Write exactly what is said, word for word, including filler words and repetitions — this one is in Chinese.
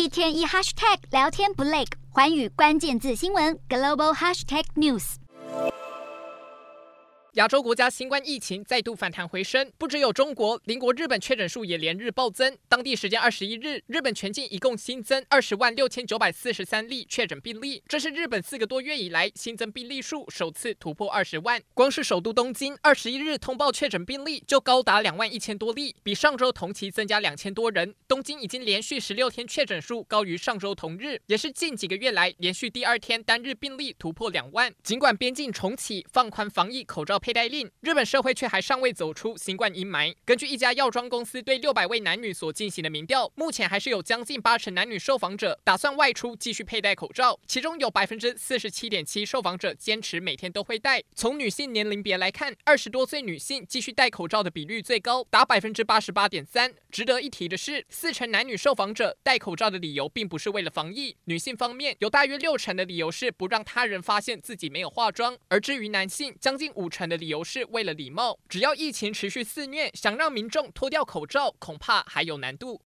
一天一 hashtag 聊天不累，寰宇关键字新闻 global hashtag news。 亚洲国家新冠疫情再度反弹回升，不只有中国，邻国日本确诊数也连日暴增。当地时间二十一日，日本全境一共新增二十万六千九百四十三例确诊病例，这是日本四个多月以来新增病例数首次突破二十万。光是首都东京，二十一日通报确诊病例就高达两万一千多例，比上周同期增加两千多人。东京已经连续十六天确诊数高于上周同日，也是近几个月来连续第二天单日病例突破两万。尽管边境重启，放宽防疫口罩佩戴令，日本社会却还尚未走出新冠阴霾。根据一家药妆公司对六百位男女所进行的民调，目前还是有将近八成男女受访者打算外出继续佩戴口罩，其中有 百分之四十七点七 受访者坚持每天都会戴。从女性年龄别来看，二十多岁女性继续戴口罩的比率最高，达 百分之八十八点三。值得一提的是，四成男女受访者戴口罩的理由并不是为了防疫，女性方面有大约六成的理由是不让他人发现自己没有化妆，而至于男性，将近五成的理由是是为了礼貌。只要疫情持续肆虐，想让民众脱掉口罩，恐怕还有难度。